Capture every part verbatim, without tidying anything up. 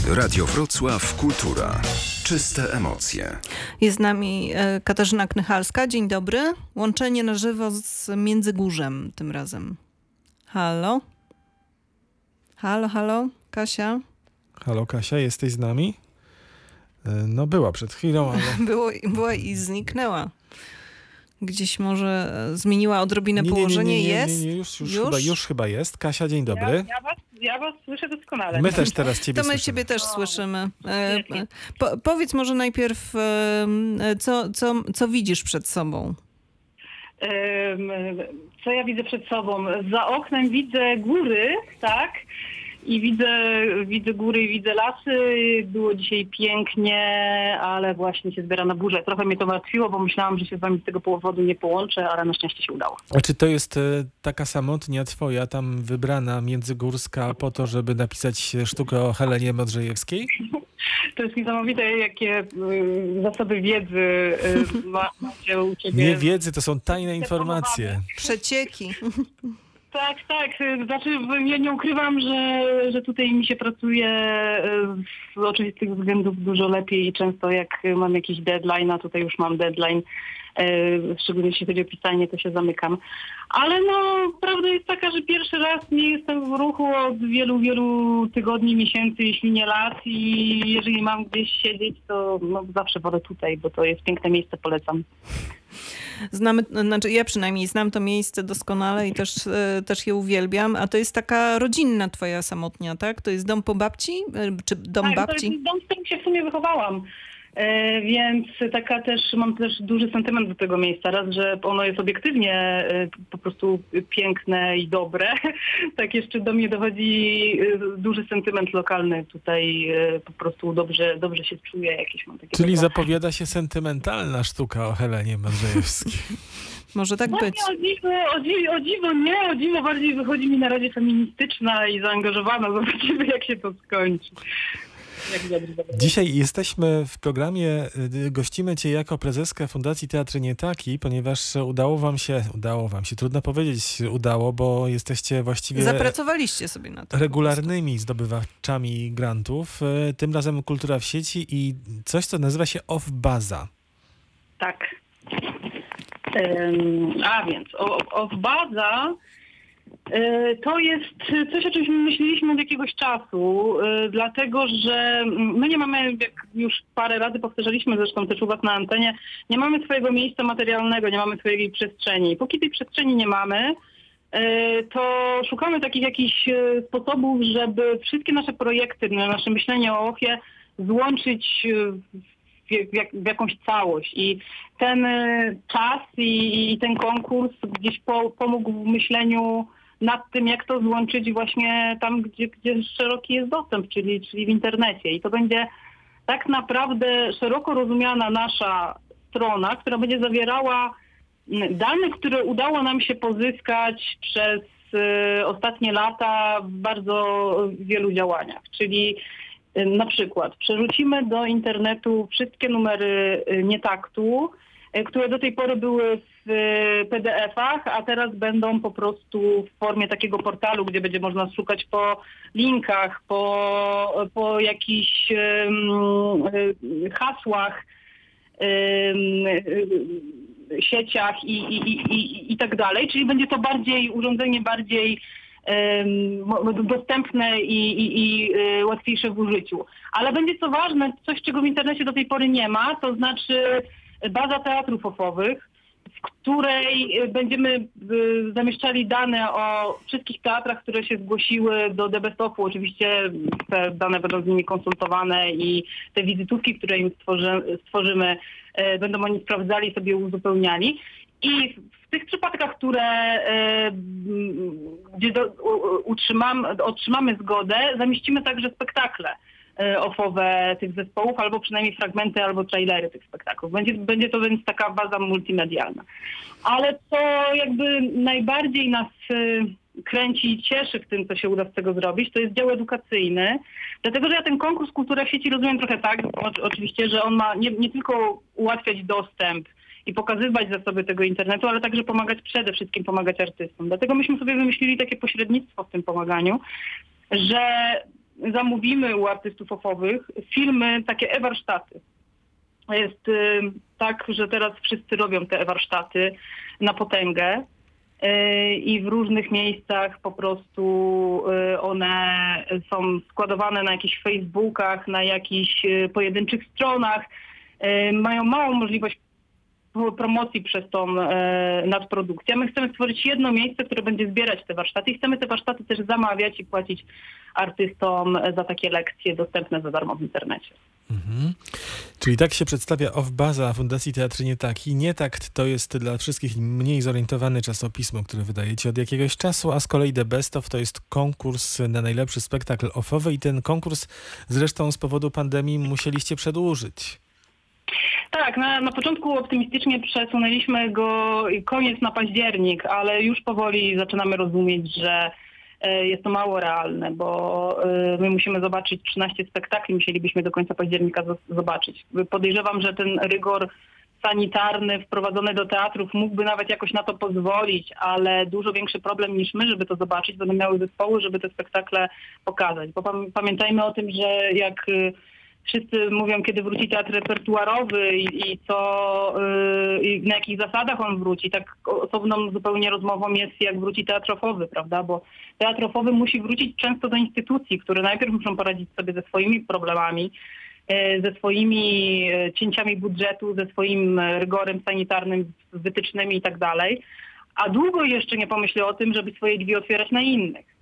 Radio Wrocław Kultura. Czyste emocje. Jest z nami Katarzyna Knychalska. Dzień dobry. Łączenie na żywo z Międzygórzem tym razem. Halo? Halo, halo? Kasia? Halo Kasia, jesteś z nami? No była przed chwilą, ale... Było, była i zniknęła. Gdzieś może zmieniła odrobinę nie, nie, położenie. nie, nie, nie, jest? nie, już, już, już? Chyba, już chyba jest. Kasia, dzień dobry. Ja, ja, was, ja was słyszę doskonale. My też teraz ciebie To my słyszymy. ciebie też słyszymy. E, po, powiedz może najpierw, e, co, co, co widzisz przed sobą? Co ja widzę przed sobą? Za oknem widzę góry, tak? I widzę, widzę góry, widzę lasy. Było dzisiaj pięknie, ale właśnie się zbiera na burzę. Trochę mnie to martwiło, bo myślałam, że się z wami z tego powodu nie połączę, ale na szczęście się udało. A czy to jest e, taka samotnia twoja, tam wybrana międzygórska po to, żeby napisać sztukę o Helenie Modrzejewskiej? To jest niesamowite, jakie y, zasoby wiedzy y, ma, macie u ciebie. Nie wiedzy, to są tajne informacje. Przecieki. Tak, tak. Znaczy ja nie ukrywam, że, że tutaj mi się pracuje z oczywistych względów dużo lepiej i często jak mam jakiś deadline, a tutaj już mam deadline, szczególnie jeśli chodzi o pisanie, to się zamykam. Ale no, prawda jest taka, że pierwszy raz nie jestem w ruchu od wielu, wielu tygodni, miesięcy, jeśli nie lat i jeżeli mam gdzieś siedzieć, to no, zawsze wolę tutaj, bo to jest piękne miejsce, polecam. Znamy, znaczy ja przynajmniej znam to miejsce doskonale i też, też je uwielbiam, a to jest taka rodzinna twoja samotnia, tak? To jest dom po babci? Czy dom tak, babci? To jest dom, w którym się w sumie wychowałam. E, więc taka też, mam też duży sentyment do tego miejsca. Raz, że ono jest obiektywnie e, po prostu piękne i dobre. Tak jeszcze do mnie dochodzi e, duży sentyment lokalny. Tutaj e, po prostu dobrze, dobrze się czuję. Jakieś mam takie Czyli taka... zapowiada się sentymentalna sztuka o Helenie Modrzejewskiej. Może tak no, być. Nie, o, dziwo, o, dziwo, o dziwo nie, o dziwo bardziej wychodzi mi na razie feministyczna i zaangażowana. Zobaczymy, jak się to skończy. Dzisiaj jesteśmy w programie, gościmy cię jako prezeskę Fundacji Teatry Nie Taki, ponieważ udało wam się, udało wam się, trudno powiedzieć udało, bo jesteście właściwie... Zapracowaliście sobie na to. Regularnymi zdobywaczami grantów, tym razem Kultura w sieci i coś, co nazywa się Off-Baza. Tak. Um, a więc Off-Baza to jest coś, o czym myśleliśmy od jakiegoś czasu, dlatego że my nie mamy, jak już parę razy powtarzaliśmy zresztą też u was na antenie, nie mamy swojego miejsca materialnego, nie mamy swojej przestrzeni. Póki tej przestrzeni nie mamy, to szukamy takich jakichś sposobów, żeby wszystkie nasze projekty, nasze myślenie o Ochie złączyć w, jak, w jakąś całość. I ten czas i, i ten konkurs gdzieś po, pomógł w myśleniu nad tym, jak to złączyć właśnie tam, gdzie, gdzie szeroki jest dostęp, czyli, czyli w internecie. I to będzie tak naprawdę szeroko rozumiana nasza strona, która będzie zawierała dane, które udało nam się pozyskać przez y, ostatnie lata w bardzo wielu działaniach. Czyli y, na przykład przerzucimy do internetu wszystkie numery y, Nietaktu, y, które do tej pory były w y, P D F-ach, a teraz będą po prostu w formie takiego portalu, gdzie będzie można szukać po linkach, po, po jakichś y, y, hasłach, sieciach i, i, i, i tak dalej, czyli będzie to bardziej urządzenie bardziej um, dostępne i, i, i łatwiejsze w użyciu. Ale będzie co ważne, coś czego w internecie do tej pory nie ma, to znaczy baza teatrów ofowych, w której będziemy zamieszczali dane o wszystkich teatrach, które się zgłosiły do The Best Ofu. Oczywiście te dane będą z nimi konsultowane i te wizytówki, które im stworzy, stworzymy, będą oni sprawdzali, sobie uzupełniali. I w tych przypadkach, które, gdzie do, utrzymamy, otrzymamy zgodę, zamieścimy także spektakle ofowe tych zespołów, albo przynajmniej fragmenty, albo trailery tych spektaklów. Będzie, będzie to więc taka baza multimedialna. Ale co jakby najbardziej nas kręci i cieszy w tym, co się uda z tego zrobić, to jest dział edukacyjny. Dlatego, że ja ten konkurs Kultura w sieci rozumiem trochę tak, oczywiście, że on ma nie, nie tylko ułatwiać dostęp i pokazywać zasoby tego internetu, ale także pomagać, przede wszystkim pomagać artystom. Dlatego myśmy sobie wymyślili takie pośrednictwo w tym pomaganiu, że zamówimy u artystów ofowych filmy, takie e-warsztaty. Jest y, tak, że teraz wszyscy robią te e-warsztaty na potęgę y, i w różnych miejscach po prostu y, one są składowane na jakichś Facebookach, na jakichś y, pojedynczych stronach. Y, mają małą możliwość promocji przez tą e, nadprodukcję. My chcemy stworzyć jedno miejsce, które będzie zbierać te warsztaty i chcemy te warsztaty też zamawiać i płacić artystom za takie lekcje dostępne za darmo w internecie. Mhm. Czyli tak się przedstawia Off-Baza Fundacji Teatry Nie Taki. Nie Takt to jest dla wszystkich mniej zorientowane czasopismo, które wydajecie od jakiegoś czasu, a z kolei The Best Of to jest konkurs na najlepszy spektakl offowy i ten konkurs zresztą z powodu pandemii musieliście przedłużyć. Tak, na, na początku optymistycznie przesunęliśmy go koniec na październik, ale już powoli zaczynamy rozumieć, że e, jest to mało realne, bo e, my musimy zobaczyć trzynaście spektakli, musielibyśmy do końca października z, zobaczyć. Podejrzewam, że ten rygor sanitarny wprowadzony do teatrów mógłby nawet jakoś na to pozwolić, ale dużo większy problem niż my, żeby to zobaczyć, będą miały zespoły, żeby te spektakle pokazać. Bo pam- pamiętajmy o tym, że jak wszyscy mówią, kiedy wróci teatr repertuarowy i, i co, yy, i na jakich zasadach on wróci. Tak osobną zupełnie rozmową jest, jak wróci teatr offowy, prawda? Bo teatr offowy musi wrócić często do instytucji, które najpierw muszą poradzić sobie ze swoimi problemami, yy, ze swoimi cięciami budżetu, ze swoim rygorem sanitarnym, z wytycznymi i tak dalej, a długo jeszcze nie pomyśli o tym, żeby swoje drzwi otwierać na innych.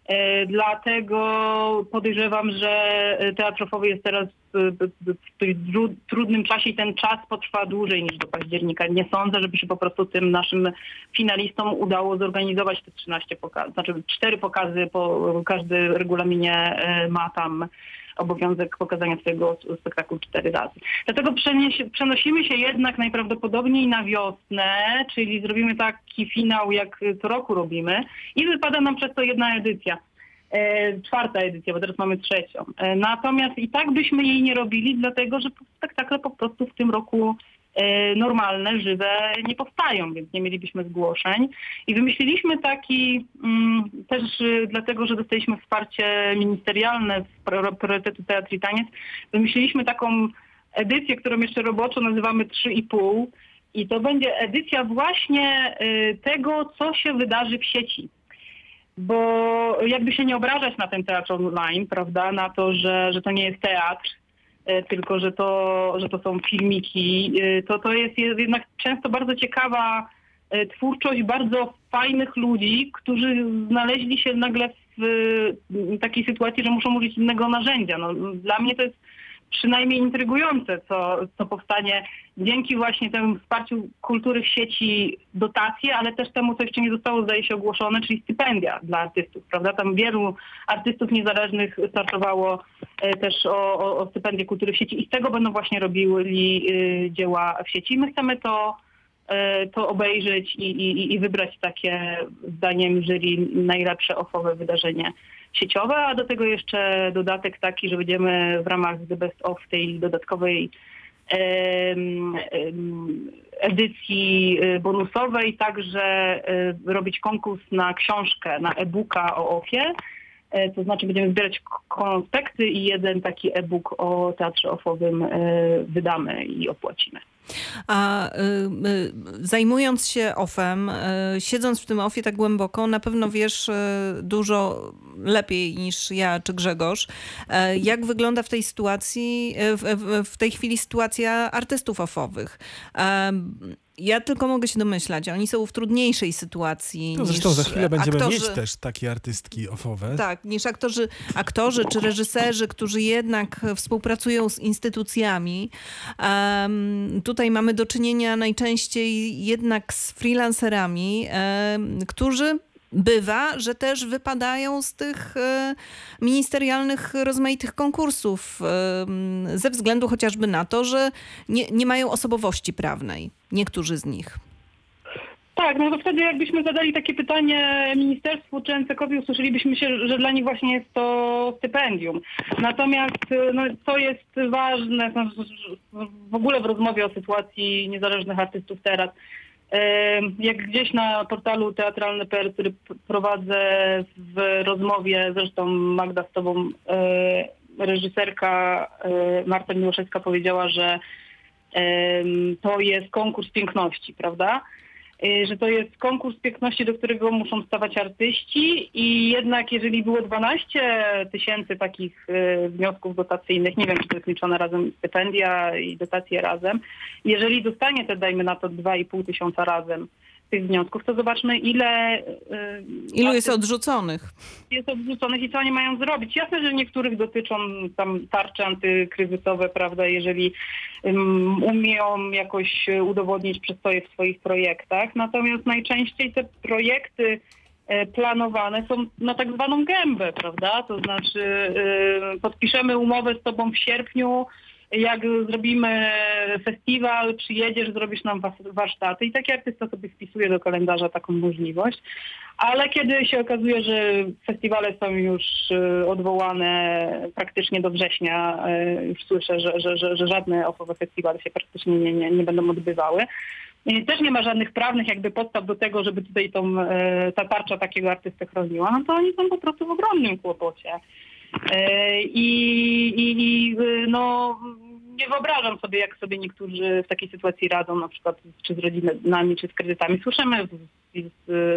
Dlatego podejrzewam, że teatr offowy jest teraz w tym trudnym czasie i ten czas potrwa dłużej niż do października. Nie sądzę, żeby się po prostu tym naszym finalistom udało zorganizować te trzynaście pokazów, znaczy cztery pokazy, bo każdy w regulaminie ma tam obowiązek pokazania swojego spektaklu cztery razy. Dlatego przenieś, przenosimy się jednak najprawdopodobniej na wiosnę, czyli zrobimy taki finał, jak co roku robimy i wypada nam przez to jedna edycja. E, czwarta edycja, bo teraz mamy trzecią. E, natomiast i tak byśmy jej nie robili, dlatego że spektakle po prostu w tym roku e, normalne, żywe nie powstają, więc nie mielibyśmy zgłoszeń. I wymyśliliśmy taki, mm, też y, dlatego, że dostaliśmy wsparcie ministerialne z priorytetu Teatr i Taniec, wymyśliliśmy taką edycję, którą jeszcze roboczo nazywamy trzy i pół i to będzie edycja właśnie y, tego, co się wydarzy w sieci. Bo jakby się nie obrażać na ten teatr online, prawda, na to, że, że to nie jest teatr, tylko że to, że to są filmiki, to to jest, jest jednak często bardzo ciekawa twórczość bardzo fajnych ludzi, którzy znaleźli się nagle w takiej sytuacji, że muszą użyć innego narzędzia. No, dla mnie to jest przynajmniej intrygujące, co, co powstanie dzięki właśnie temu wsparciu kultury w sieci, dotacje, ale też temu, co jeszcze nie zostało, zdaje się, ogłoszone, czyli stypendia dla artystów, prawda? Tam wielu artystów niezależnych startowało e, też o, o, o stypendię kultury w sieci i z tego będą właśnie robili y, dzieła w sieci. My chcemy to, y, to obejrzeć i, i, i wybrać takie, zdaniem jury, najlepsze offowe wydarzenie sieciowe, a do tego jeszcze dodatek taki, że będziemy w ramach The Best Of tej dodatkowej em, em, edycji bonusowej także e, robić konkurs na książkę, na e-booka o offie. E, to znaczy będziemy zbierać konspekty i jeden taki e-book o teatrze offowym e, wydamy i opłacimy. A y, y, zajmując się offem, y, siedząc w tym offie tak głęboko, na pewno wiesz y, dużo lepiej niż ja czy Grzegorz, y, jak wygląda w tej sytuacji, y, w, w, w tej chwili sytuacja artystów offowych. Y, Ja tylko mogę się domyślać, oni są w trudniejszej sytuacji. No zresztą niż za chwilę będziemy aktorzy, mieć też takie artystki offowe. Tak, niż aktorzy, aktorzy czy reżyserzy, którzy jednak współpracują z instytucjami. Um, tutaj mamy do czynienia najczęściej jednak z freelancerami, um, którzy bywa, że też wypadają z tych e, ministerialnych rozmaitych konkursów e, ze względu chociażby na to, że nie, nie mają osobowości prawnej. Niektórzy z nich. Tak, no to wtedy jakbyśmy zadali takie pytanie ministerstwu czy N C K-owi, usłyszelibyśmy się, że dla nich właśnie jest to stypendium. Natomiast no, co jest ważne no, w ogóle w rozmowie o sytuacji niezależnych artystów teraz, Jak gdzieś na portalu teatralny kropka p l, który p- prowadzę w rozmowie, zresztą Magda z tobą, reżyserka Marta Miłoszewska powiedziała, że to jest konkurs piękności, prawda? Że to jest konkurs piękności, do którego muszą stawać artyści i jednak jeżeli było dwanaście tysięcy takich wniosków dotacyjnych, nie wiem, czy to jest liczone razem stypendia i dotacje razem, jeżeli dostanie te, dajmy na to, dwa i pół tysiąca razem tych wniosków, to zobaczmy, ile... Ilu jest odrzuconych? Jest odrzuconych i co oni mają zrobić. Jasne, że niektórych dotyczą tam tarcze antykryzysowe, prawda, jeżeli um, umieją jakoś udowodnić przestoje w swoich projektach. Natomiast najczęściej te projekty e, planowane są na tak zwaną gębę, prawda? To znaczy e, podpiszemy umowę z tobą w sierpniu, jak zrobimy festiwal, przyjedziesz, zrobisz nam warsztaty i taki artysta sobie wpisuje do kalendarza taką możliwość. Ale kiedy się okazuje, że festiwale są już odwołane praktycznie do września, już słyszę, że, że, że, że żadne ofowe festiwale się praktycznie nie, nie, nie będą odbywały. Też nie ma żadnych prawnych jakby podstaw do tego, żeby tutaj tą, ta tarcza takiego artystę chroniła, no to oni są po prostu w ogromnym kłopocie. I, i, i no, nie wyobrażam sobie, jak sobie niektórzy w takiej sytuacji radzą, na przykład czy z rodzinami, czy z kredytami. Słyszymy z,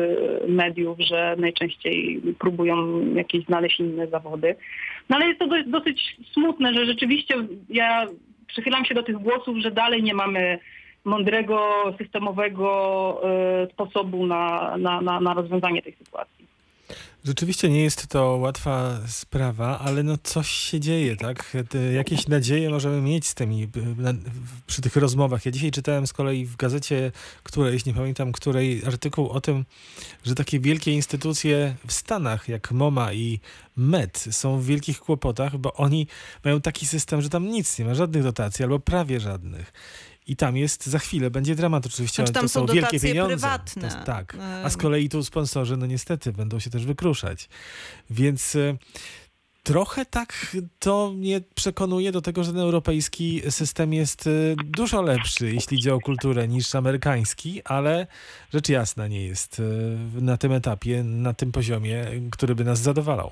z mediów, że najczęściej próbują jakieś znaleźć inne zawody. No ale jest to dosyć, dosyć smutne, że rzeczywiście ja przychylam się do tych głosów, że dalej nie mamy mądrego, systemowego y, sposobu na, na, na, na rozwiązanie tej sytuacji. Rzeczywiście nie jest to łatwa sprawa, ale no coś się dzieje, tak? Te jakieś nadzieje możemy mieć z tymi, na, przy tych rozmowach. Ja dzisiaj czytałem z kolei w gazecie którejś, nie pamiętam której, artykuł o tym, że takie wielkie instytucje w Stanach jak MoMA i M E T są w wielkich kłopotach, bo oni mają taki system, że tam nic nie ma, żadnych dotacji albo prawie żadnych. I tam jest, za chwilę będzie dramat oczywiście, Znaczy, tam to są są wielkie dotacje pieniądze. prywatne. To, tak, a z kolei tu sponsorzy, no niestety, będą się też wykruszać. Więc y, trochę tak to mnie przekonuje do tego, że ten europejski system jest y, dużo lepszy, jeśli idzie o kulturę, niż amerykański, ale rzecz jasna nie jest y, na tym etapie, na tym poziomie, który by nas zadowalał.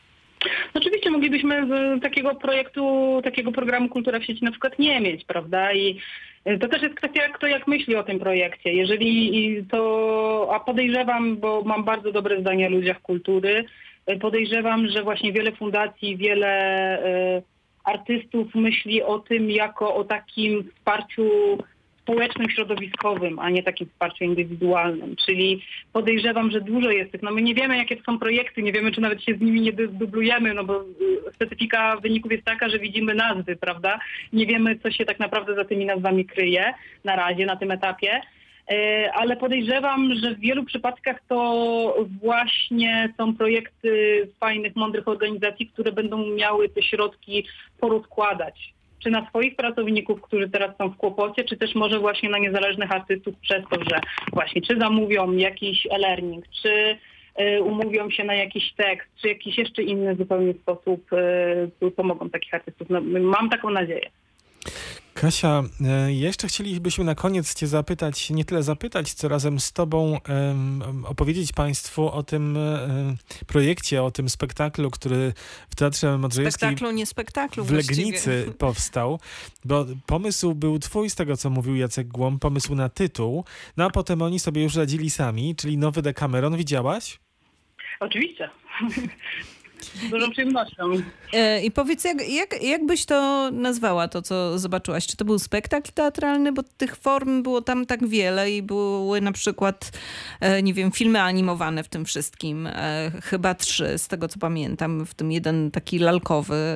Oczywiście moglibyśmy z takiego projektu, takiego programu Kultura w sieci na przykład nie mieć, prawda? I to też jest kwestia, kto jak myśli o tym projekcie. Jeżeli to, a podejrzewam, bo mam bardzo dobre zdanie o ludziach kultury, podejrzewam, że właśnie wiele fundacji, wiele y, artystów myśli o tym jako o takim wsparciu społecznym, środowiskowym, a nie takim wsparciu indywidualnym. Czyli podejrzewam, że dużo jest tych. No my nie wiemy, jakie to są projekty, nie wiemy, czy nawet się z nimi nie dublujemy, no bo specyfika wyników jest taka, że widzimy nazwy, prawda? Nie wiemy, co się tak naprawdę za tymi nazwami kryje na razie, na tym etapie. Ale podejrzewam, że w wielu przypadkach to właśnie są projekty fajnych, mądrych organizacji, które będą miały te środki porozkładać. Czy na swoich pracowników, którzy teraz są w kłopocie, czy też może właśnie na niezależnych artystów przez to, że właśnie czy zamówią jakiś e-learning, czy y, umówią się na jakiś tekst, czy jakiś jeszcze inny zupełnie sposób y, pomogą takich artystów. No, mam taką nadzieję. Kasia, jeszcze chcielibyśmy na koniec cię zapytać, nie tyle zapytać, co razem z tobą um, opowiedzieć państwu o tym um, projekcie, o tym spektaklu, który w Teatrze Modrzejewskiej spektaklu, nie spektaklu w Legnicy właściwie powstał, bo pomysł był twój, z tego co mówił Jacek Głąb, pomysł na tytuł, no a potem oni sobie już radzili sami, czyli Nowy Decameron. Widziałaś? Oczywiście. Z dużą przyjemnością. I powiedz, jak, jak, jak byś to nazwała, to co zobaczyłaś? Czy to był spektakl teatralny? Bo tych form było tam tak wiele i były na przykład, nie wiem, filmy animowane w tym wszystkim. Chyba trzy, z tego co pamiętam, w tym jeden taki lalkowy.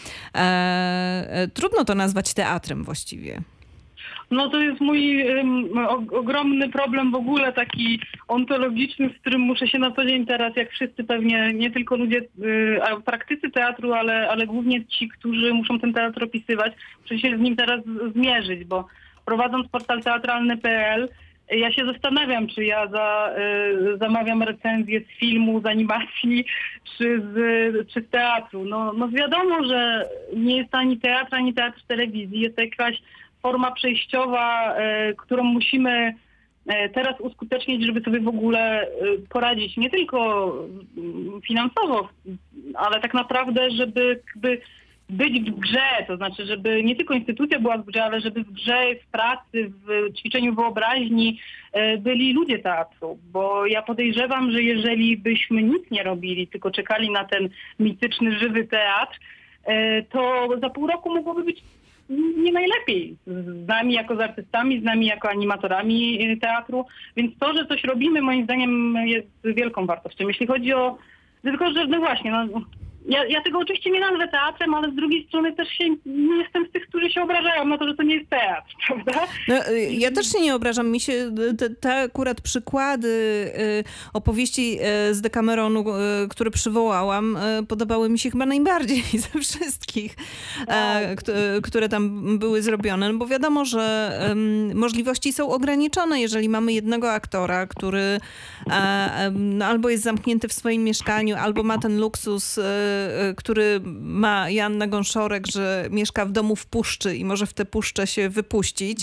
Trudno to nazwać teatrem właściwie. No to jest mój um, ogromny problem w ogóle taki ontologiczny, z którym muszę się na co dzień teraz, jak wszyscy pewnie, nie tylko ludzie, y, a praktycy teatru, ale, ale głównie ci, którzy muszą ten teatr opisywać, muszę się z nim teraz zmierzyć, bo prowadząc portal teatralny kropka p l ja się zastanawiam, czy ja za, y, zamawiam recenzję z filmu, z animacji, czy z, czy z teatru. No, no wiadomo, że nie jest to ani teatr, ani teatr telewizji, jest to jakaś forma przejściowa, y, którą musimy teraz uskutecznić, żeby sobie w ogóle poradzić nie tylko finansowo, ale tak naprawdę, żeby jakby być w grze, to znaczy, żeby nie tylko instytucja była w grze, ale żeby w grze, w pracy, w ćwiczeniu wyobraźni byli ludzie teatru, bo ja podejrzewam, że jeżeli byśmy nic nie robili, tylko czekali na ten mityczny, żywy teatr, to za pół roku mogłoby być nie najlepiej z nami jako z artystami, z nami jako animatorami teatru, więc to, że coś robimy, moim zdaniem jest wielką wartością. Jeśli chodzi o... Tylko, że no właśnie, no, ja, ja tego oczywiście nie nazwę teatrem, ale z drugiej strony też się nie jestem z tych, którzy się obrażają na to, że to nie jest teatr, prawda? No, ja też się nie obrażam. Mi się te, te akurat przykłady y, opowieści y, z Decameronu, y, które przywołałam, y, podobały mi się chyba najbardziej ze wszystkich, y, k- które tam były zrobione. No bo wiadomo, że y, możliwości są ograniczone, jeżeli mamy jednego aktora, który y, y, no, albo jest zamknięty w swoim mieszkaniu, albo ma ten luksus, y, który ma Joanna Gąszorek, że mieszka w domu w puszczy i może w tę puszczę się wypuścić,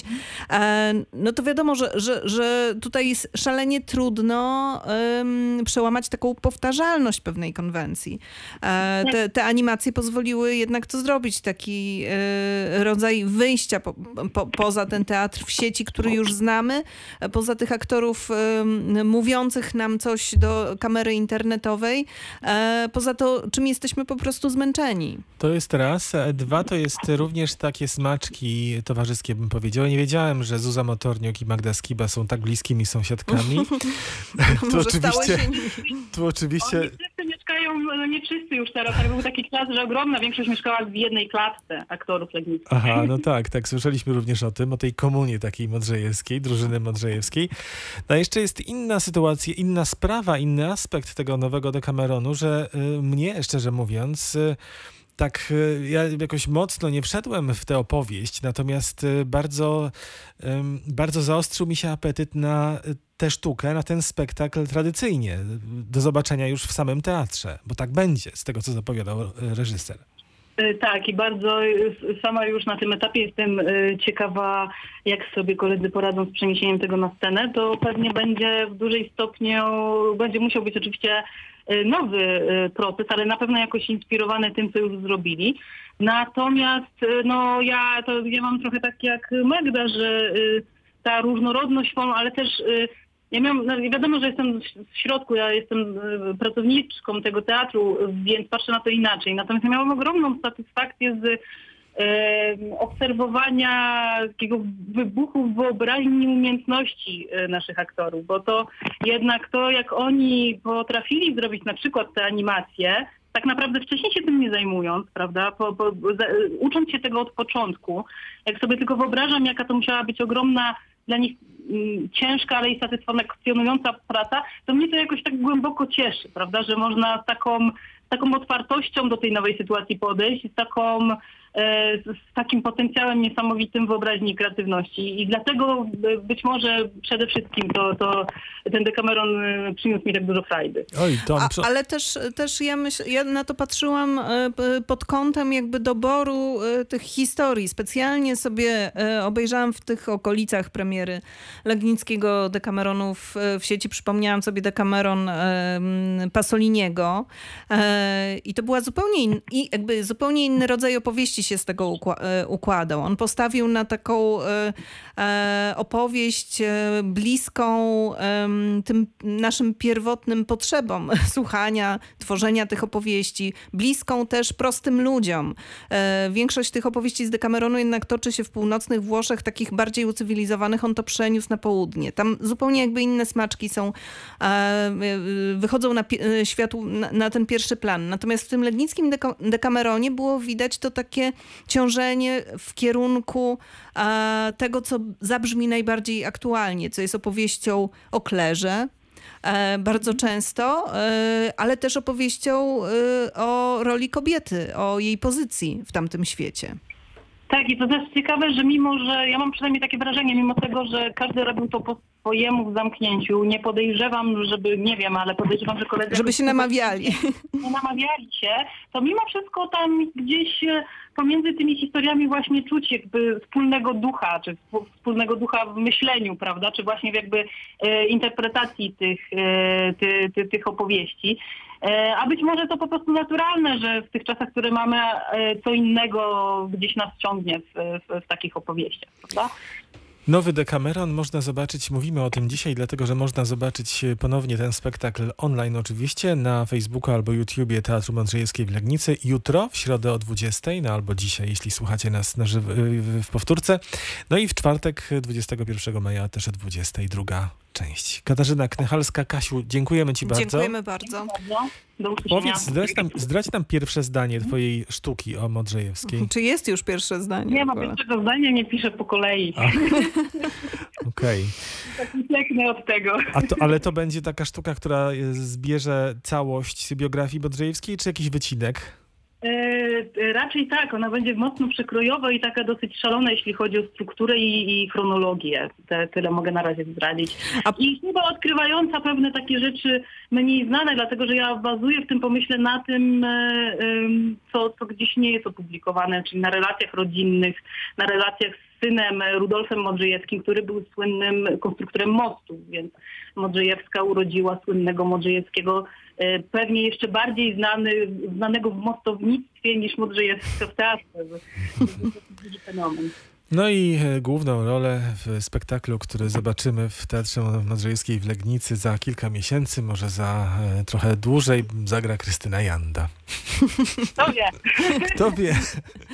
no to wiadomo, że, że, że tutaj jest szalenie trudno um, przełamać taką powtarzalność pewnej konwencji. E, te, te animacje pozwoliły jednak to zrobić, taki e, rodzaj wyjścia po, po, poza ten teatr w sieci, który już znamy, poza tych aktorów e, mówiących nam coś do kamery internetowej, e, poza to, czym jesteśmy po prostu zmęczeni. To jest raz. Dwa, to jest również takie smaczki towarzyskie, bym powiedział. Nie wiedziałem, że Zuza Motorniuk i Magda Skiba są tak bliskimi sąsiadkami. tu, tu, oczywiście, się... tu oczywiście... Oni wszyscy mieszkają, no nie wszyscy już teraz, ale był taki czas, że ogromna większość mieszkała w jednej klatce aktorów legnickich. Aha, no tak, tak. Słyszeliśmy również o tym, o tej komunie takiej modrzejewskiej, drużyny modrzejewskiej. No a jeszcze jest inna sytuacja, inna sprawa, inny aspekt tego nowego Decameronu, że y, mnie, szczerze mówiąc, y, tak, ja jakoś mocno nie wszedłem w tę opowieść, natomiast bardzo, bardzo zaostrzył mi się apetyt na tę sztukę, na ten spektakl tradycyjnie, do zobaczenia już w samym teatrze, bo tak będzie, z tego co zapowiadał reżyser. Tak, i bardzo sama już na tym etapie jestem ciekawa, jak sobie koledzy poradzą z przeniesieniem tego na scenę. To pewnie będzie w dużej stopniu, będzie musiał być oczywiście nowy proces, ale na pewno jakoś inspirowany tym, co już zrobili. Natomiast no ja to ja mam trochę tak jak Magda, że ta różnorodność form, ale też ja miałam, no wiadomo, że jestem w środku, ja jestem pracowniczką tego teatru, więc patrzę na to inaczej. Natomiast ja miałam ogromną satysfakcję z e, obserwowania takiego wybuchu wyobraźni umiejętności naszych aktorów, bo to jednak to, jak oni potrafili zrobić na przykład te animacje, tak naprawdę wcześniej się tym nie zajmując, prawda, po, po, za, ucząc się tego od początku, jak sobie tylko wyobrażam, jaka to musiała być ogromna dla nich m, ciężka, ale i satysfakcjonująca praca, to mnie to jakoś tak głęboko cieszy, prawda, że można z taką, z taką otwartością do tej nowej sytuacji podejść, z taką e, z takim potencjałem niesamowitym wyobraźni i kreatywności. I dlatego być może przede wszystkim to, to ten Decameron przyniósł mi tak dużo frajdy. Oj, to A, ale też, też ja, myśl, ja na to patrzyłam pod kątem jakby doboru tych historii. Specjalnie sobie obejrzałam w tych okolicach premiery legnickiego Decameronu w, w sieci. Przypomniałam sobie Decameron Pasoliniego i to była zupełnie, in, jakby zupełnie inny rodzaj opowieści się z tego układał. On postawił na taką opowieść bliską tym naszym pierwotnym potrzebom słuchania, tworzenia tych opowieści, bliską też prostym ludziom. Większość tych opowieści z Decameronu jednak toczy się w północnych Włoszech, takich bardziej ucywilizowanych. On to przeniósł na południe. Tam zupełnie jakby inne smaczki są, wychodzą na światło, na ten pierwszy plan. Natomiast w tym legnickim Decameronie było widać to takie ciążenie w kierunku tego, co zabrzmi najbardziej aktualnie, co jest opowieścią o Klerze, bardzo często, ale też opowieścią o roli kobiety, o jej pozycji w tamtym świecie. Tak, i to też ciekawe, że mimo, że ja mam przynajmniej takie wrażenie, mimo tego, że każdy robił to po swojemu w zamknięciu. Nie podejrzewam, żeby, nie wiem, ale podejrzewam, że koledzy... Żeby się namawiali. Nie namawiali się, to mimo wszystko tam gdzieś e, pomiędzy tymi historiami właśnie czuć jakby wspólnego ducha, czy wsp- wspólnego ducha w myśleniu, prawda, czy właśnie w jakby e, interpretacji tych, e, ty, ty, tych opowieści. E, a być może to po prostu naturalne, że w tych czasach, które mamy, e, co innego gdzieś nas ciągnie w, w, w takich opowieściach, prawda? Nowy Decameron można zobaczyć, mówimy o tym dzisiaj, dlatego że można zobaczyć ponownie ten spektakl online oczywiście na Facebooku albo YouTubie Teatru Modrzejewskiej w Legnicy. Jutro, w środę o dwudziestej, no albo dzisiaj, jeśli słuchacie nas na żywo, w powtórce. No i w czwartek, dwudziestego pierwszego maja, też o dwudziestej, druga część. Katarzyna Knychalska. Kasiu, dziękujemy Ci bardzo. Dziękujemy bardzo. Bardzo. Do usłyszenia. Powiedz, zdradź nam, zdradź nam pierwsze zdanie twojej sztuki o Modrzejewskiej. Czy jest już pierwsze zdanie? Nie w ma ogóle? pierwszego zdania, nie piszę po kolei. Okej. Tak ucieknę od tego. A to, ale to będzie taka sztuka, która e, zbierze całość biografii Modrzejewskiej, czy jakiś wycinek? E, raczej tak, ona będzie mocno przekrojowa i taka dosyć szalona, jeśli chodzi o strukturę i, i chronologię. Te, tyle mogę na razie zdradzić. A- I chyba odkrywająca pewne takie rzeczy mniej znane, dlatego że ja bazuję w tym pomyśle na tym, e, em, co, co gdzieś nie jest opublikowane, czyli na relacjach rodzinnych, na relacjach z synem Rudolfem Modrzejewskim, który był słynnym konstruktorem mostu, więc Modrzejewska urodziła słynnego Modrzejewskiego, e, pewnie jeszcze bardziej znany, znanego w mostownictwie niż Modrzejewska w teatrze. To jest fenomen. No i e, główną rolę w spektaklu, który zobaczymy w Teatrze Modrzejewskiej w Legnicy za kilka miesięcy, może za e, trochę dłużej, zagra Krystyna Janda. Kto wie? Kto wie?